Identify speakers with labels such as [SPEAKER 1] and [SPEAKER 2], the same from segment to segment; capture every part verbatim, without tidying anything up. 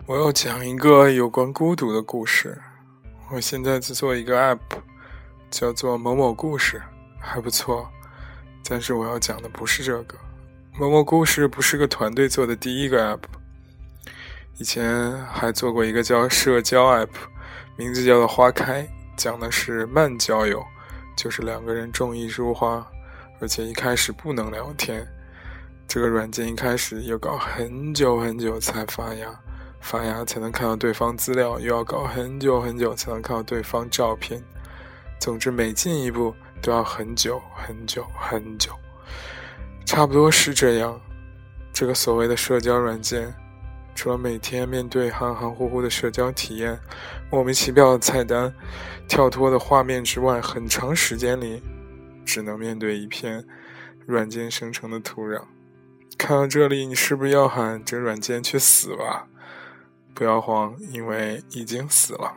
[SPEAKER 1] 我要讲一个有关孤独的故事。我现在在做一个 app， 叫做某某故事，还不错。但是我要讲的不是这个。某某故事不是个团队做的第一个 app， 以前还做过一个叫社交 app， 名字叫做花开，讲的是慢交友，就是两个人种一株花，而且一开始不能聊天。这个软件一开始要搞很久很久才发芽，发芽才能看到对方资料，又要搞很久很久才能看到对方照片。总之每进一步都要很久很久很久，差不多是这样。这个所谓的社交软件，除了每天面对含含糊糊的社交体验，莫名其妙的菜单，跳脱的画面之外，很长时间里只能面对一片软件生成的土壤。看到这里，你是不是要喊这软件去死吧？不要慌，因为已经死了。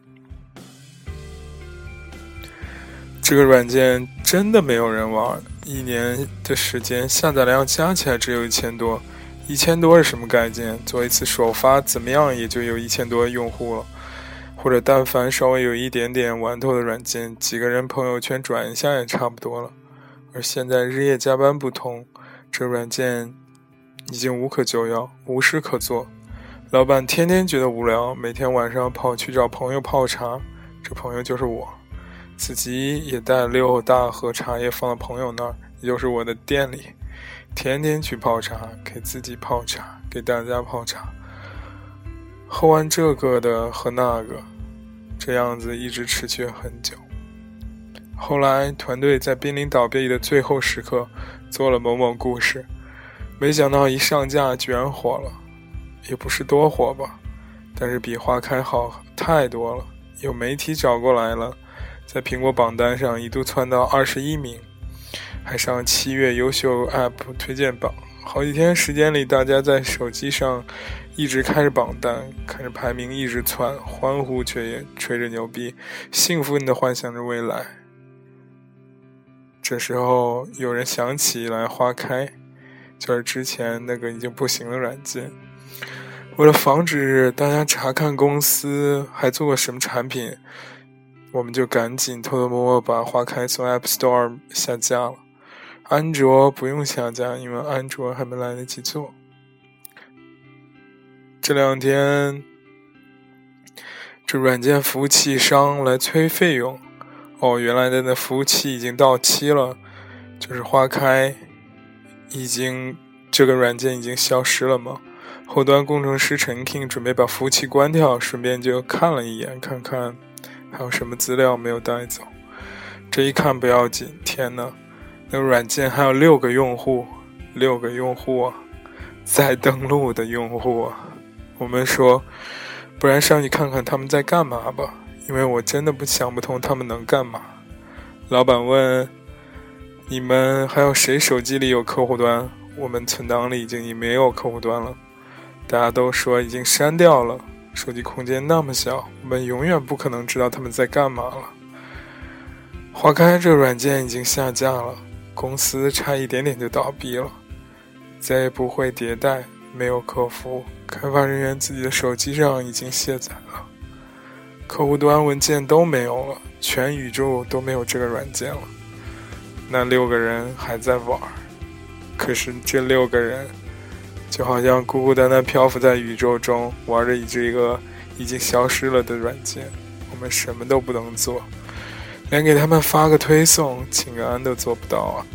[SPEAKER 1] 这个软件真的没有人玩，一年的时间下载量加起来只有一千多。一千多是什么概念？做一次首发怎么样也就有一千多用户了。或者但凡稍微有一点点玩头的软件，几个人朋友圈转一下也差不多了。而现在日夜加班不同，这软件已经无可救药，无事可做。老板天天觉得无聊，每天晚上跑去找朋友泡茶，这朋友就是我。自己也带了六大盒茶叶放到朋友那儿，也就是我的店里，天天去泡茶，给自己泡茶，给大家泡茶，喝完这个的和那个，这样子一直持续很久。后来团队在濒临倒闭的最后时刻做了某某故事，没想到一上架居然火了，也不是多火吧，但是比花开好太多了。有媒体找过来了，在苹果榜单上一度窜到二十一名，还上七月优秀 App 推荐榜。好几天时间里，大家在手机上一直开着榜单，看着排名一直窜，欢呼却也吹着牛逼，幸福地幻想着未来。这时候有人想起来花开，就是之前那个已经不行的软件。为了防止大家查看公司还做过什么产品，我们就赶紧偷偷摸摸把花开从 App Store 下架了。安卓不用下架，因为安卓还没来得及做。这两天这软件服务器商来催费用，哦，原来的那服务器已经到期了，就是花开已经这个软件已经消失了嘛。后端工程师陈 King 准备把服务器关掉，顺便就看了一眼，看看还有什么资料没有带走。这一看不要紧，天哪，那个软件还有六个用户，六个用户啊，在登录的用户啊。我们说，不然上去看看他们在干嘛吧，因为我真的不想不通他们能干嘛。老板问，你们还有谁手机里有客户端？我们存档里已经没有客户端了。大家都说已经删掉了，手机空间那么小，我们永远不可能知道他们在干嘛了。花开这个软件已经下架了，公司差一点点就倒闭了，再也不会迭代，没有客服，开发人员自己的手机上已经卸载了，客户端文件都没有了，全宇宙都没有这个软件了。那六个人还在玩，可是这六个人就好像孤孤单单漂浮在宇宙中，玩着这个已经消失了的软件，我们什么都不能做，连给他们发个推送请个安都做不到啊。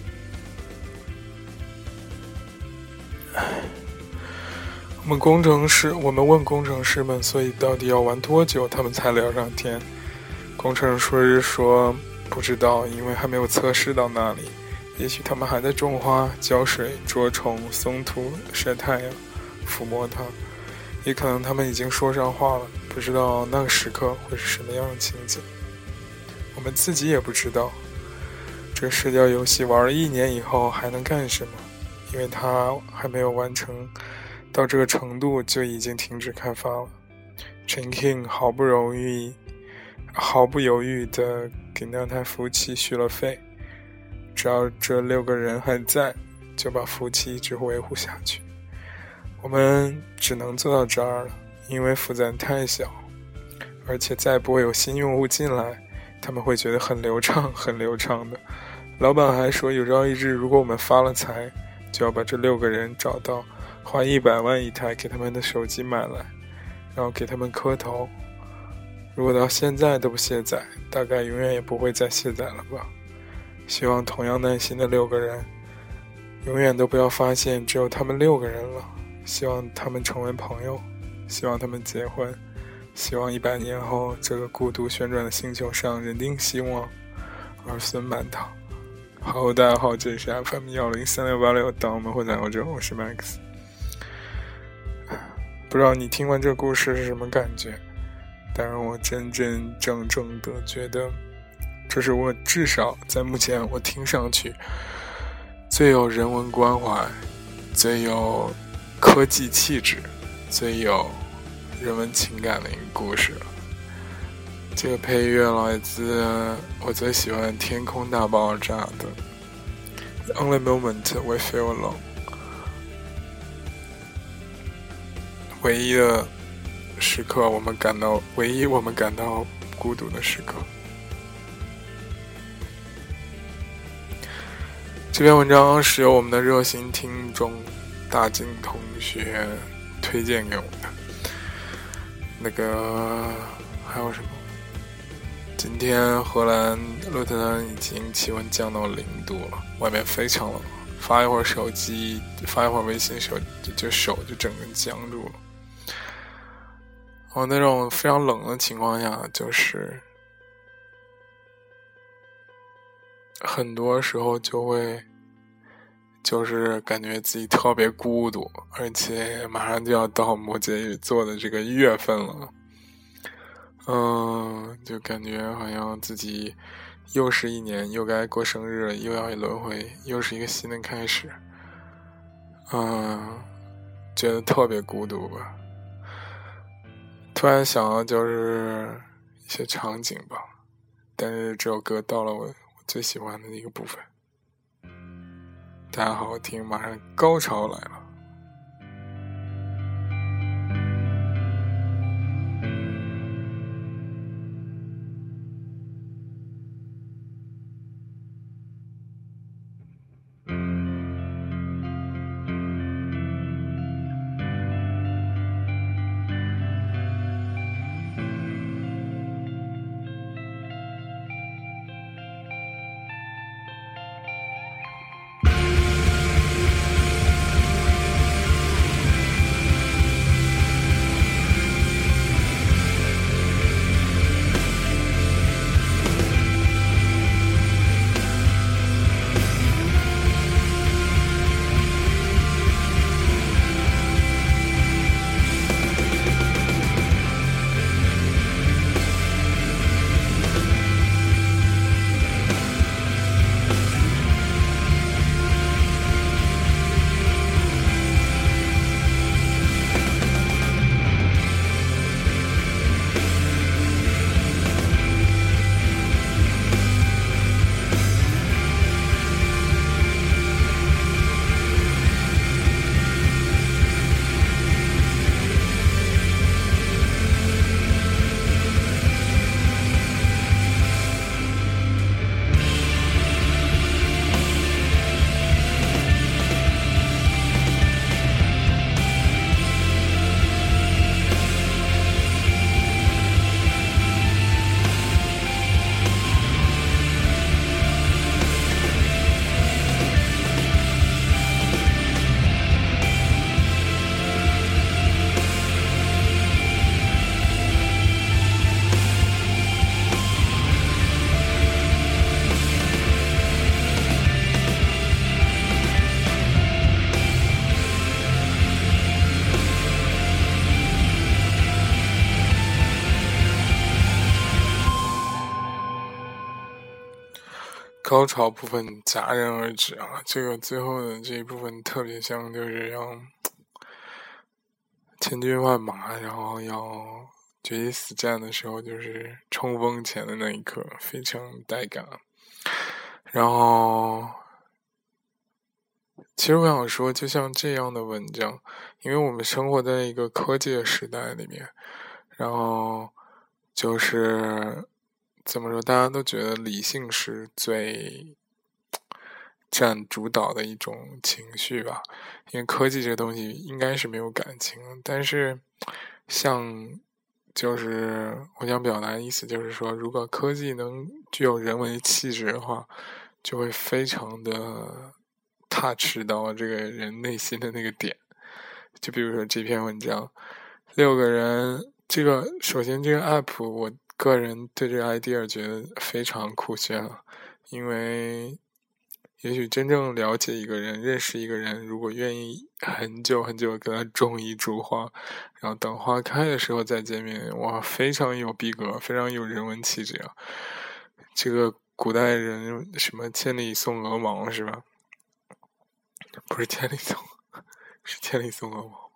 [SPEAKER 1] 我们工程师我们问工程师们，所以到底要玩多久他们才聊上天？工程师说不知道，因为还没有测试到那里，也许他们还在种花、浇水、捉虫、松土、晒太阳、抚摸它，也可能他们已经说上话了，不知道那个时刻会是什么样的情景。我们自己也不知道，这个社交游戏玩了一年以后还能干什么，因为它还没有完成到这个程度就已经停止开发了。陈 King 毫不容易毫不犹豫地给那台服务器续了费，只要这六个人还在，就把服务器一直维护下去。我们只能做到这儿了。 因为负载太小，而且再不会有新用户进来，他们会觉得很流畅很流畅的。老板还说有朝一日如果我们发了财，就要把这六个人找到，花一百万一台给他们的手机买来，然后给他们磕头。如果到现在都不卸载，大概永远也不会再卸载了吧。希望同样耐心的六个人永远都不要发现只有他们六个人了。希望他们成为朋友，希望他们结婚，希望一百年后这个孤独旋转的星球上人丁兴旺，儿孙满堂。好，大家好，这里是 F M 一零三六八六，当我们会在欧洲，我是 Max。 不知道你听完这个故事是什么感觉，但是我真真正正的觉得，这是我至少在目前我听上去最有人文关怀，最有科技气质，最有人文情感的一个故事了。这个配乐来自我最喜欢天空大爆炸的 The Only Moment We Feel Alone， 唯一的时刻我们感到唯一我们感到孤独的时刻。这篇文章是由我们的热心听众大金同学推荐给我的。那个还有什么，今天荷兰鹿特丹已经气温降到零度了，外面非常冷，发一会儿手机发一会儿微信手就就手就整个僵住了。然后那种非常冷的情况下，就是很多时候就会就是感觉自己特别孤独，而且马上就要到摩羯女座的这个月份了。嗯，就感觉好像自己又是一年，又该过生日，又要轮回，又是一个新的开始。嗯，觉得特别孤独吧。突然想到就是一些场景吧，但是这首歌到了我我最喜欢的一个部分。大家好好听，马上高潮来了。高潮部分戛然而止啊！这个最后的这一部分特别像就是让千军万马，然后要决一死战的时候，就是冲锋前的那一刻，非常带感。然后其实我想说，就像这样的文章，因为我们生活在一个科技的时代里面，然后就是怎么说，大家都觉得理性是最占主导的一种情绪吧，因为科技这个东西应该是没有感情，但是像就是我想表达的意思就是说，如果科技能具有人为气质的话，就会非常的 touch 到这个人内心的那个点。就比如说这篇文章，六个人，这个首先这个 app 我个人对这个 idea 觉得非常酷炫啊，因为也许真正了解一个人，认识一个人，如果愿意很久很久跟他种一株花，然后等花开的时候再见面，哇，非常有逼格，非常有人文气质啊。这个古代人什么千里送鹅毛是吧？不是千里送，是千里送鹅毛，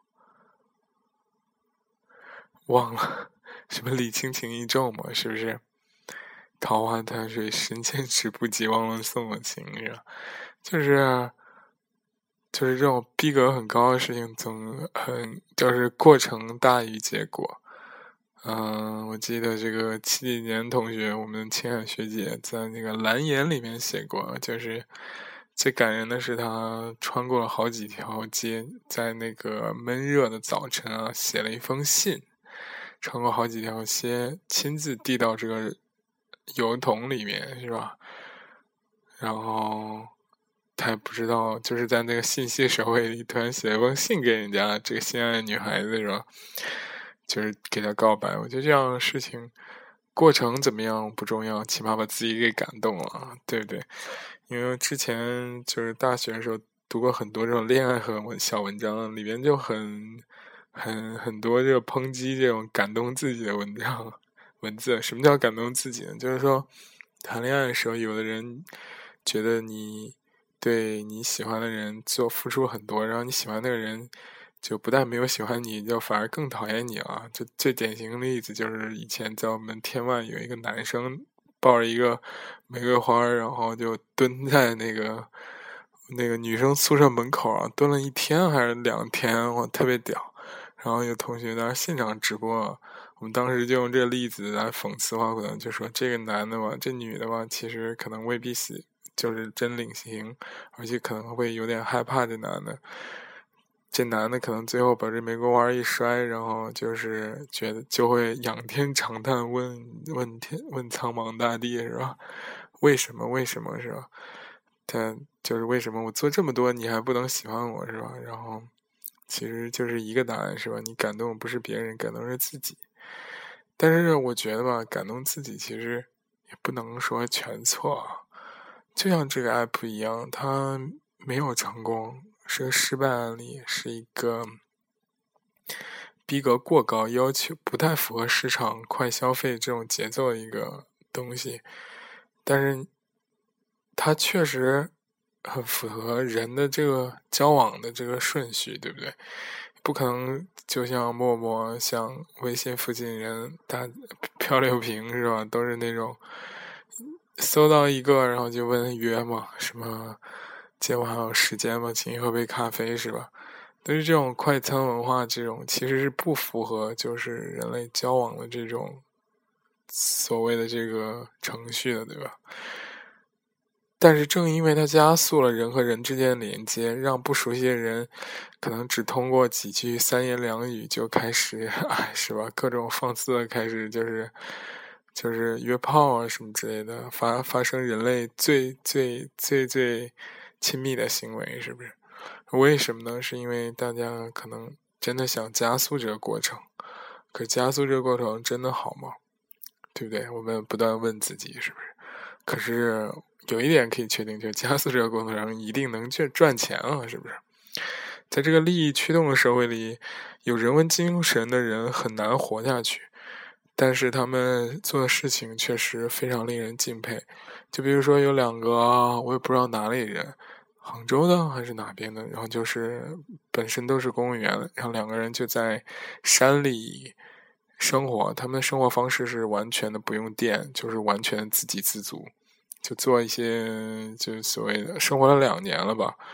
[SPEAKER 1] 忘了什么礼轻情意重嘛，是不是？桃花潭水深千尺，不及忘了送我情，是吧？就是就是这种逼格很高的事情，总很就是过程大于结果。嗯、呃，我记得这个七几年同学，我们青海学姐在那个蓝颜里面写过，就是最感人的是她穿过了好几条街，在那个闷热的早晨啊，写了一封信，穿过好几条街，亲自递到这个邮筒里面，是吧？然后他也不知道，就是在那个信息社会里突然写了封信给人家这个心爱的女孩子，是吧？就是给她告白。我觉得这样的事情过程怎么样不重要，起码把自己给感动了，对不对？因为之前就是大学的时候读过很多这种恋爱和小文章，里面就很很很多这个抨击这种感动自己的文章文字。什么叫感动自己呢？就是说谈恋爱的时候，有的人觉得你对你喜欢的人做付出很多，然后你喜欢那个人就不但没有喜欢你，就反而更讨厌你了。就最典型的例子就是以前在我们天外有一个男生抱着一个玫瑰花，然后就蹲在那个那个女生宿舍门口啊，蹲了一天还是两天，我特别屌。然后有同学在那现场直播，我们当时就用这个例子来讽刺花可能就说这个男的吧，这女的吧，其实可能未必喜就是真领情，而且可能会有点害怕这男的。这男的可能最后把这玫瑰花一摔，然后就是觉得就会仰天长叹，问问天问苍茫大地，是吧？为什么？为什么是吧？他就是为什么我做这么多，你还不能喜欢我，是吧？然后其实就是一个答案，是吧？你感动不是别人，感动是自己。但是我觉得吧，感动自己其实也不能说全错啊。就像这个 app 一样，它没有成功，是个失败案例，是一个逼格过高、要求不太符合市场快消费这种节奏的一个东西。但是它确实很符合人的这个交往的这个顺序，对不对？不可能就像陌陌、像微信附近人大漂流瓶是吧？都是那种搜到一个，然后就问约嘛，什么今晚还有时间吗？请你喝杯咖啡是吧？但是这种快餐文化，这种其实是不符合就是人类交往的这种所谓的这个程序的，对吧？但是正因为它加速了人和人之间的连接，让不熟悉的人可能只通过几句三言两语就开始，哎，是吧？各种放肆的开始就是就是约炮啊什么之类的，发发生人类最最最最亲密的行为，是不是？为什么呢？是因为大家可能真的想加速这个过程，可加速这个过程真的好吗？对不对？我们不断问自己，是不是？可是有一点可以确定，就是加速这个过程中一定能赚赚钱啊，是不是？在这个利益驱动的社会里，有人文精神的人很难活下去，但是他们做的事情确实非常令人敬佩。就比如说有两个，我也不知道哪里人，杭州的还是哪边的，然后就是本身都是公务员，然后两个人就在山里生活，他们的生活方式是完全的不用电，就是完全自给自足，就做一些就所谓的生活了两年了吧，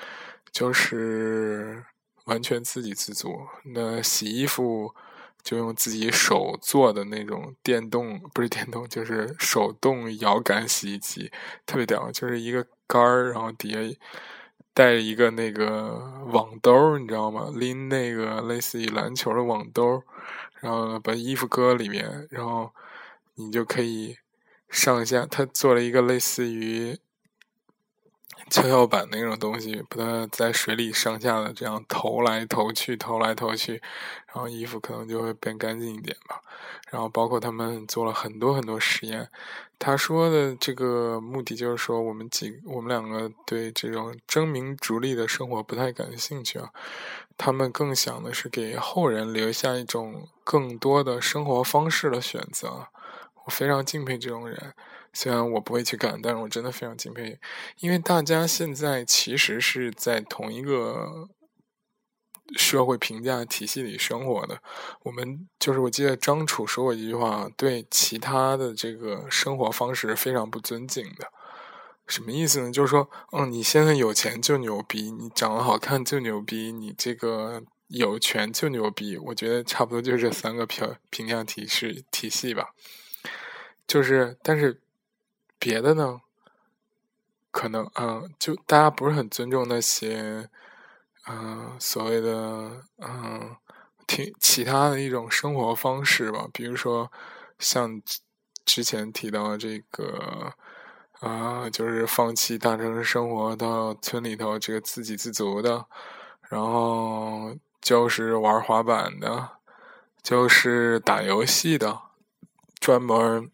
[SPEAKER 1] 就是完全自给自足。那洗衣服就用自己手做的那种电动，不是电动，就是手动摇杆洗衣机，特别屌，就是一个杆儿，然后底下带着一个那个网兜，你知道吗？拎那个类似于篮球的网兜，然后把衣服搁里面，然后你就可以上下，它做了一个类似于跷跷板那种东西，把它在水里上下的这样投来投去，投来投去，然后衣服可能就会变干净一点吧。然后包括他们做了很多很多实验，他说的这个目的就是说，我们几我们两个对这种争名逐利的生活不太感兴趣啊，他们更想的是给后人留下一种更多的生活方式的选择。我非常敬佩这种人，虽然我不会去干，但是我真的非常敬佩，因为大家现在其实是在同一个社会评价体系里生活的。我们就是我记得张楚说过一句话，对其他的这个生活方式非常不尊敬的。什么意思呢？就是说，嗯，你现在有钱就牛逼，你长得好看就牛逼，你这个有权就牛逼。我觉得差不多就是这三个评评价体系体系吧。就是，但是别的呢，可能嗯，就大家不是很尊重那些，嗯，所谓的嗯，挺其他的一种生活方式吧。比如说，像之前提到这个，啊、就是放弃大城市生活，到村里头这个自给自足的，然后就是玩滑板的，就是打游戏的，专门。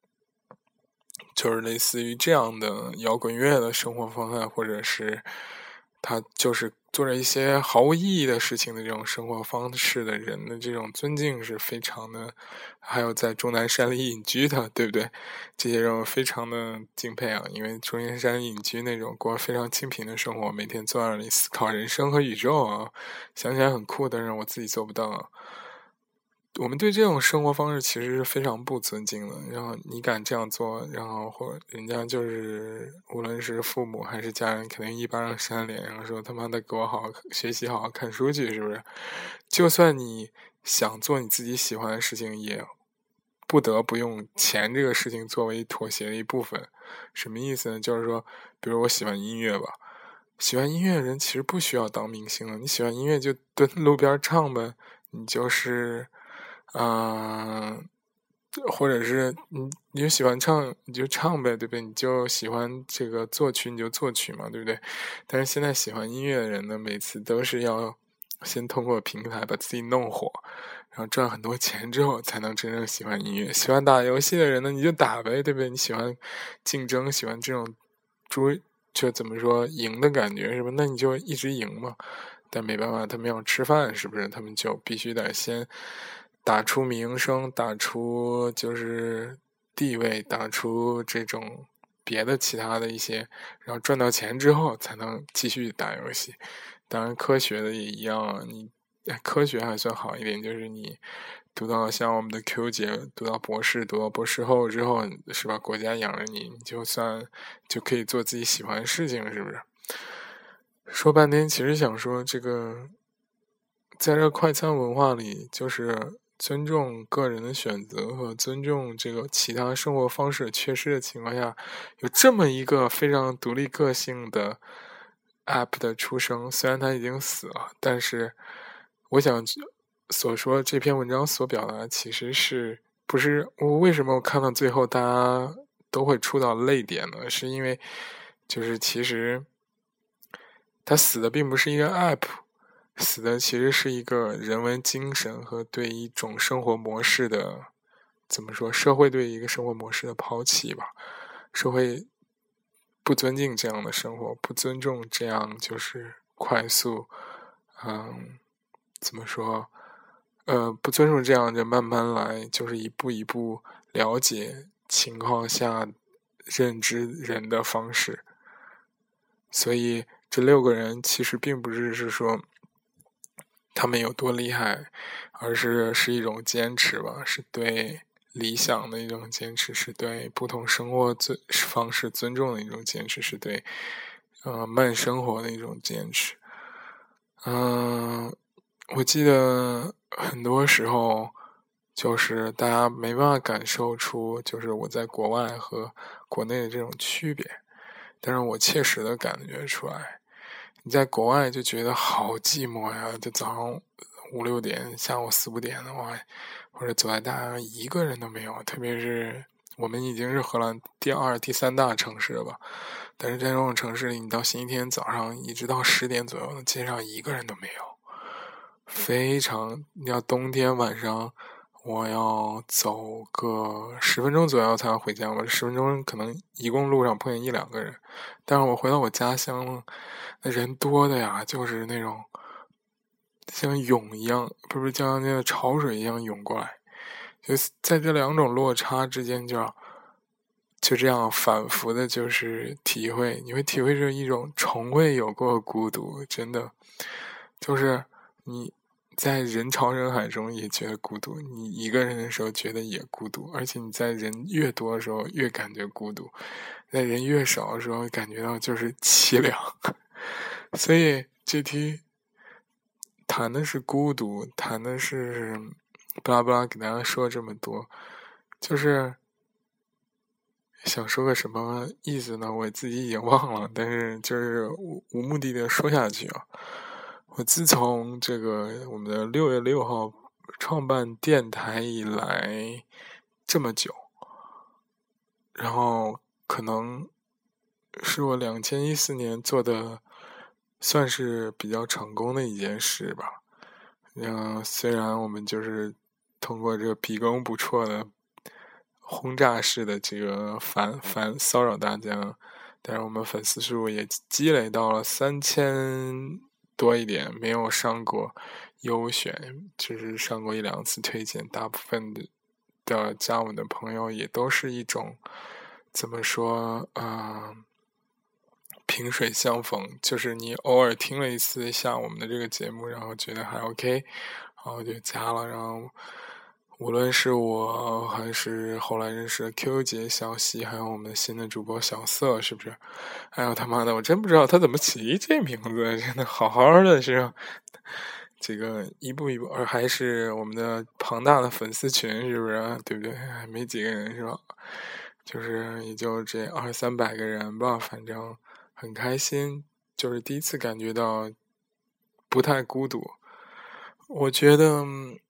[SPEAKER 1] 就是类似于这样的摇滚乐的生活方案，或者是他就是做着一些毫无意义的事情的这种生活方式的人的这种尊敬是非常的，还有在终南山里隐居的，对不对？这些人我非常的敬佩啊，因为终南山隐居那种过非常清贫的生活，每天坐在那里思考人生和宇宙啊，想起来很酷，但是我自己做不到啊。我们对这种生活方式其实是非常不尊敬的，然后你敢这样做，然后或人家就是无论是父母还是家人，肯定一巴掌扇脸，然后说他妈的给我好好学习，好好看书去，是不是？就算你想做你自己喜欢的事情，也不得不用钱这个事情作为妥协的一部分。什么意思呢？就是说，比如我喜欢音乐吧，喜欢音乐的人其实不需要当明星了，你喜欢音乐就蹲路边唱呗，你就是。嗯，或者是你你就喜欢唱你就唱呗，对不对？你就喜欢这个作曲你就作曲嘛，对不对？但是现在喜欢音乐的人呢，每次都是要先通过平台把自己弄火，然后赚很多钱之后才能真正喜欢音乐。喜欢打游戏的人呢，你就打呗，对不对？你喜欢竞争，喜欢这种追就怎么说赢的感觉是吧？那你就一直赢嘛。但没办法，他们要吃饭，是不是？他们就必须得先打出名声，打出就是地位，打出这种别的其他的一些，然后赚到钱之后才能继续打游戏。当然，科学的也一样啊，你科学还算好一点，就是你读到像我们的 Q 姐，读到博士，读到博士后之后，是吧？国家养着你，你就算就可以做自己喜欢的事情，是不是？说半天，其实想说这个，在这个快餐文化里，就是尊重个人的选择和尊重这个其他生活方式缺失的情况下，有这么一个非常独立个性的 app 的出生，虽然它已经死了，但是我想所说这篇文章所表达，其实是不是我为什么我看到最后大家都会触到泪点呢？是因为就是其实。它死的并不是一个 app， 死的其实是一个人文精神和对一种生活模式的，怎么说？社会对一个生活模式的抛弃吧。社会不尊敬这样的生活，不尊重这样就是快速，嗯，怎么说？呃，不尊重这样就慢慢来，就是一步一步了解情况下认知人的方式。所以这六个人其实并不是是说他们有多厉害，而是是一种坚持吧，是对理想的一种坚持，是对不同生活尊方式尊重的一种坚持，是对呃慢生活的一种坚持。 嗯，我记得很多时候就是大家没办法感受出就是我在国外和国内的这种区别，但是我切实的感觉出来。你在国外就觉得好寂寞呀，就早上五六点下午四五点的话，或者走在大街上一个人都没有，特别是我们已经是荷兰第二第三大城市了吧，但是在这种城市里，你到星期天早上一直到十点左右，街上一个人都没有，非常，你要冬天晚上我要走个十分钟左右才能回家，我这十分钟可能一共路上碰见一两个人，但是我回到我家乡了，那人多的呀，就是那种像涌一样，不是像那个潮水一样涌过来，就在这两种落差之间就要就这样反复的就是体会，你会体会着一种从未有过的孤独，真的就是你在人潮人海中也觉得孤独，你一个人的时候觉得也孤独，而且你在人越多的时候越感觉孤独，在人越少的时候感觉到就是凄凉。所以这题谈的是孤独，谈的是巴拉巴拉，给大家说这么多，就是想说个什么意思呢？我自己也忘了，但是就是无无目的的说下去啊。我自从这个我们的六月六号创办电台以来这么久，然后可能是我两千一四年做的算是比较成功的一件事吧。嗯，虽然我们就是通过这个笔耕不辍的轰炸式的这个烦烦骚扰大家，但是我们粉丝数也积累到了三千多一点，没有上过优选，只是上过一两次推荐，大部分的的加我们的朋友也都是一种怎么说啊、呃萍水相逢，就是你偶尔听了一次下我们的这个节目，然后觉得还 OK， 然后就加了，然后无论是我还是后来认识的 Q 姐、小西，还有我们新的主播小色，是不是？哎呦他妈的，我真不知道他怎么起这名字，真的好好的是这个一步一步，而还是我们的庞大的粉丝群，是不是？对不对？没几个人是吧？就是也就这二三百个人吧，反正很开心，就是第一次感觉到不太孤独。我觉得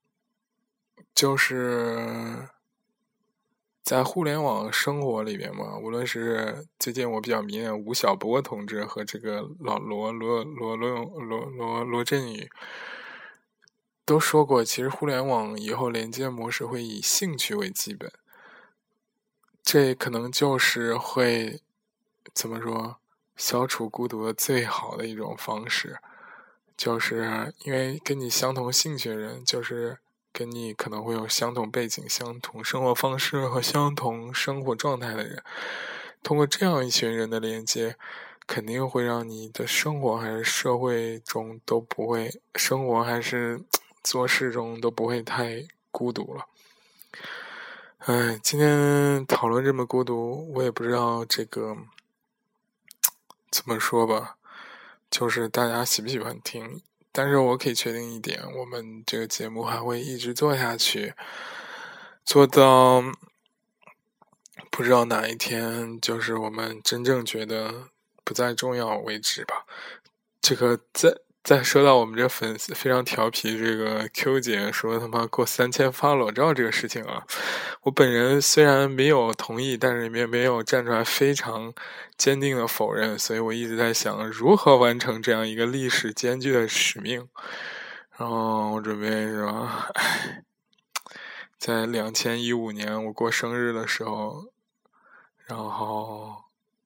[SPEAKER 1] 就是在互联网生活里面嘛，无论是最近我比较迷恋吴晓波同志和这个老罗罗罗罗罗罗罗振宇都说过，其实互联网以后连接模式会以兴趣为基本，这可能就是会怎么说消除孤独的最好的一种方式，就是因为跟你相同兴趣的人，就是跟你可能会有相同背景、相同生活方式和相同生活状态的人，通过这样一群人的连接，肯定会让你的生活还是社会中都不会，生活还是做事中都不会太孤独了。哎，今天讨论这么孤独，我也不知道这个怎么说吧，就是大家喜不喜欢听。但是我可以确定一点，我们这个节目还会一直做下去，做到不知道哪一天，就是我们真正觉得不再重要为止吧。这个在再说到我们这粉丝非常调皮，这个 Q 姐说他妈过三千发裸照这个事情啊，我本人虽然没有同意，但是也没有站出来非常坚定的否认，所以我一直在想如何完成这样一个历史艰巨的使命。然后我准备是吧，在两千一五年我过生日的时候，然后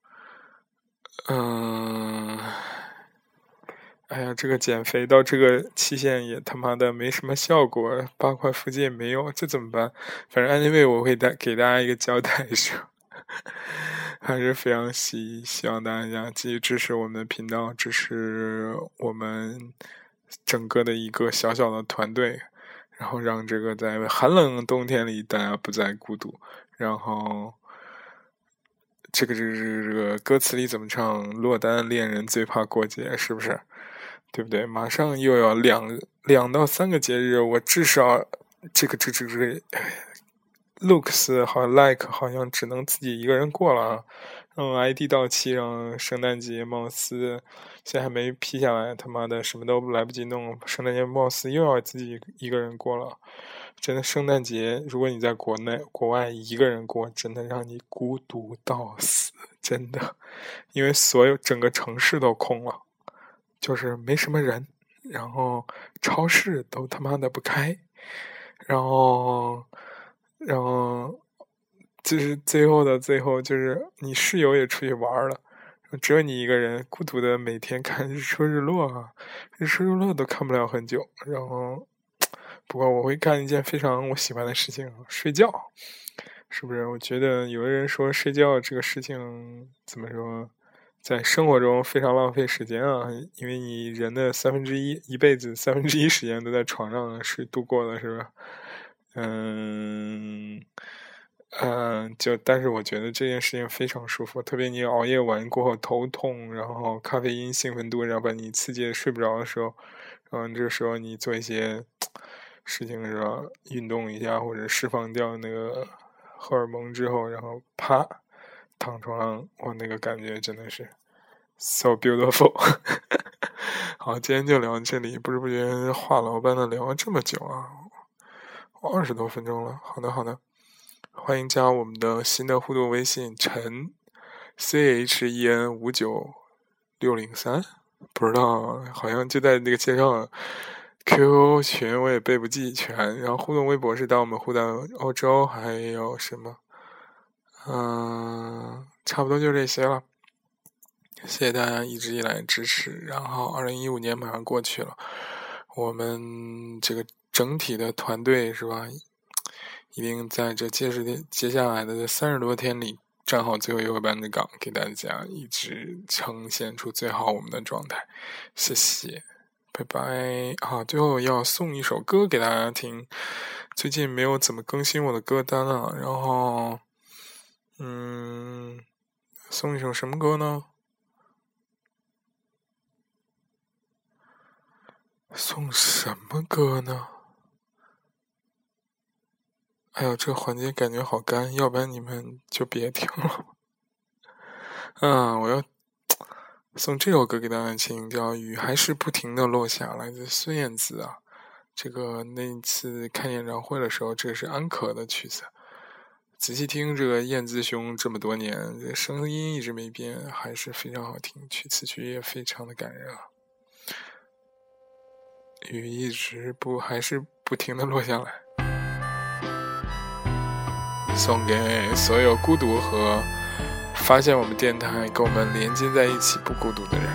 [SPEAKER 1] 嗯。哎呀，这个减肥到这个期限也他妈的没什么效果，八块腹肌也没有，这怎么办？反正 anyway 我会带给大家一个交代是，还是非常希希望大家继续支持我们的频道，支持我们整个的一个小小的团队，然后让这个在寒冷冬天里大家不再孤独，然后。这个这个这个歌词里怎么唱？落单恋人最怕过节，是不是？ 对不对？马上又要两两到三个节日，我至少这个这个这个 looks 好像 like 好像只能自己一个人过了啊。让 I D 到期，让圣诞节貌似现在还没批下来，他妈的什么都来不及弄，圣诞节貌似又要自己一个人过了。真的，圣诞节如果你在国内国外一个人过，真的让你孤独到死，真的，因为所有整个城市都空了，就是没什么人，然后超市都他妈的不开，然后然后就是最后的最后，就是你室友也出去玩了，只有你一个人孤独的每天看日出日落啊，日出日落都看不了很久。然后不过我会干一件非常我喜欢的事情，睡觉，是不是？我觉得有的人说睡觉这个事情怎么说，在生活中非常浪费时间啊，因为你人的三分之一一辈子三分之一时间都在床上睡度过的，是吧？嗯嗯，就但是我觉得这件事情非常舒服，特别你熬夜完过后头痛，然后咖啡因兴奋度然后把你刺激睡不着的时候，嗯，这个时候你做一些事情是吧，运动一下或者释放掉那个荷尔蒙之后，然后啪躺床上，我那个感觉真的是 so beautiful 好，今天就聊到这里，不知不觉话痨般的聊了这么久啊，二十多分钟了。好的好的，欢迎加我们的新的互动微信陈 C H E N 五九六零三，不知道，好像就在那个介绍 Q Q 群我也背不记全，然后互动微博是到我们互动欧洲，还有什么嗯，差不多就这些了。谢谢大家一直以来支持，然后二零一五年马上过去了，我们这个整体的团队是吧，一定在这接着接下来的三十多天里站好最后一个班的岗，给大家一直呈现出最好我们的状态。谢谢，拜拜。好，最后要送一首歌给大家听，最近没有怎么更新我的歌单啊，然后嗯，送一首什么歌呢？送什么歌呢？哎呦，这环节感觉好干，要不然你们就别听了。嗯，我要送这首歌给大家听，叫《雨还是不停的落下》，来自孙燕姿啊。这个那次看演唱会的时候，这是安可的曲子。仔细听，这个燕姿兄这么多年，这声音一直没变，还是非常好听，曲词曲也非常的感人啊。雨一直不还是不停的落下来，送给所有孤独和发现我们电台跟我们连接在一起不孤独的人。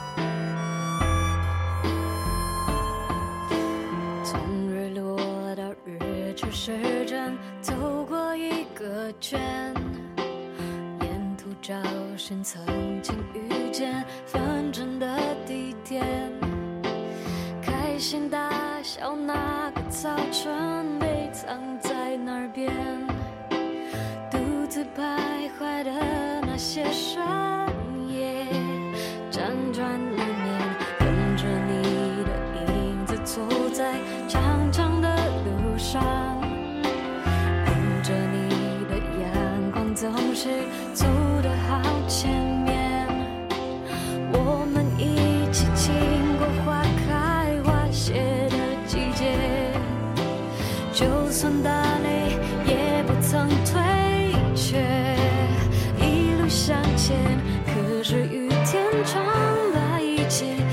[SPEAKER 2] 从日落到日出时针走过一个圈，沿途找寻曾经遇见纷争的地点，开心大笑那个早晨被藏在哪边，独自徘徊的那些深夜，辗转难眠，跟着你的影子走在长长的路上，迎着你的阳光总是走得好前面，我们一起经过花开花谢的季节，就算打雷也不曾退却，一路向前，可是雨天长把一切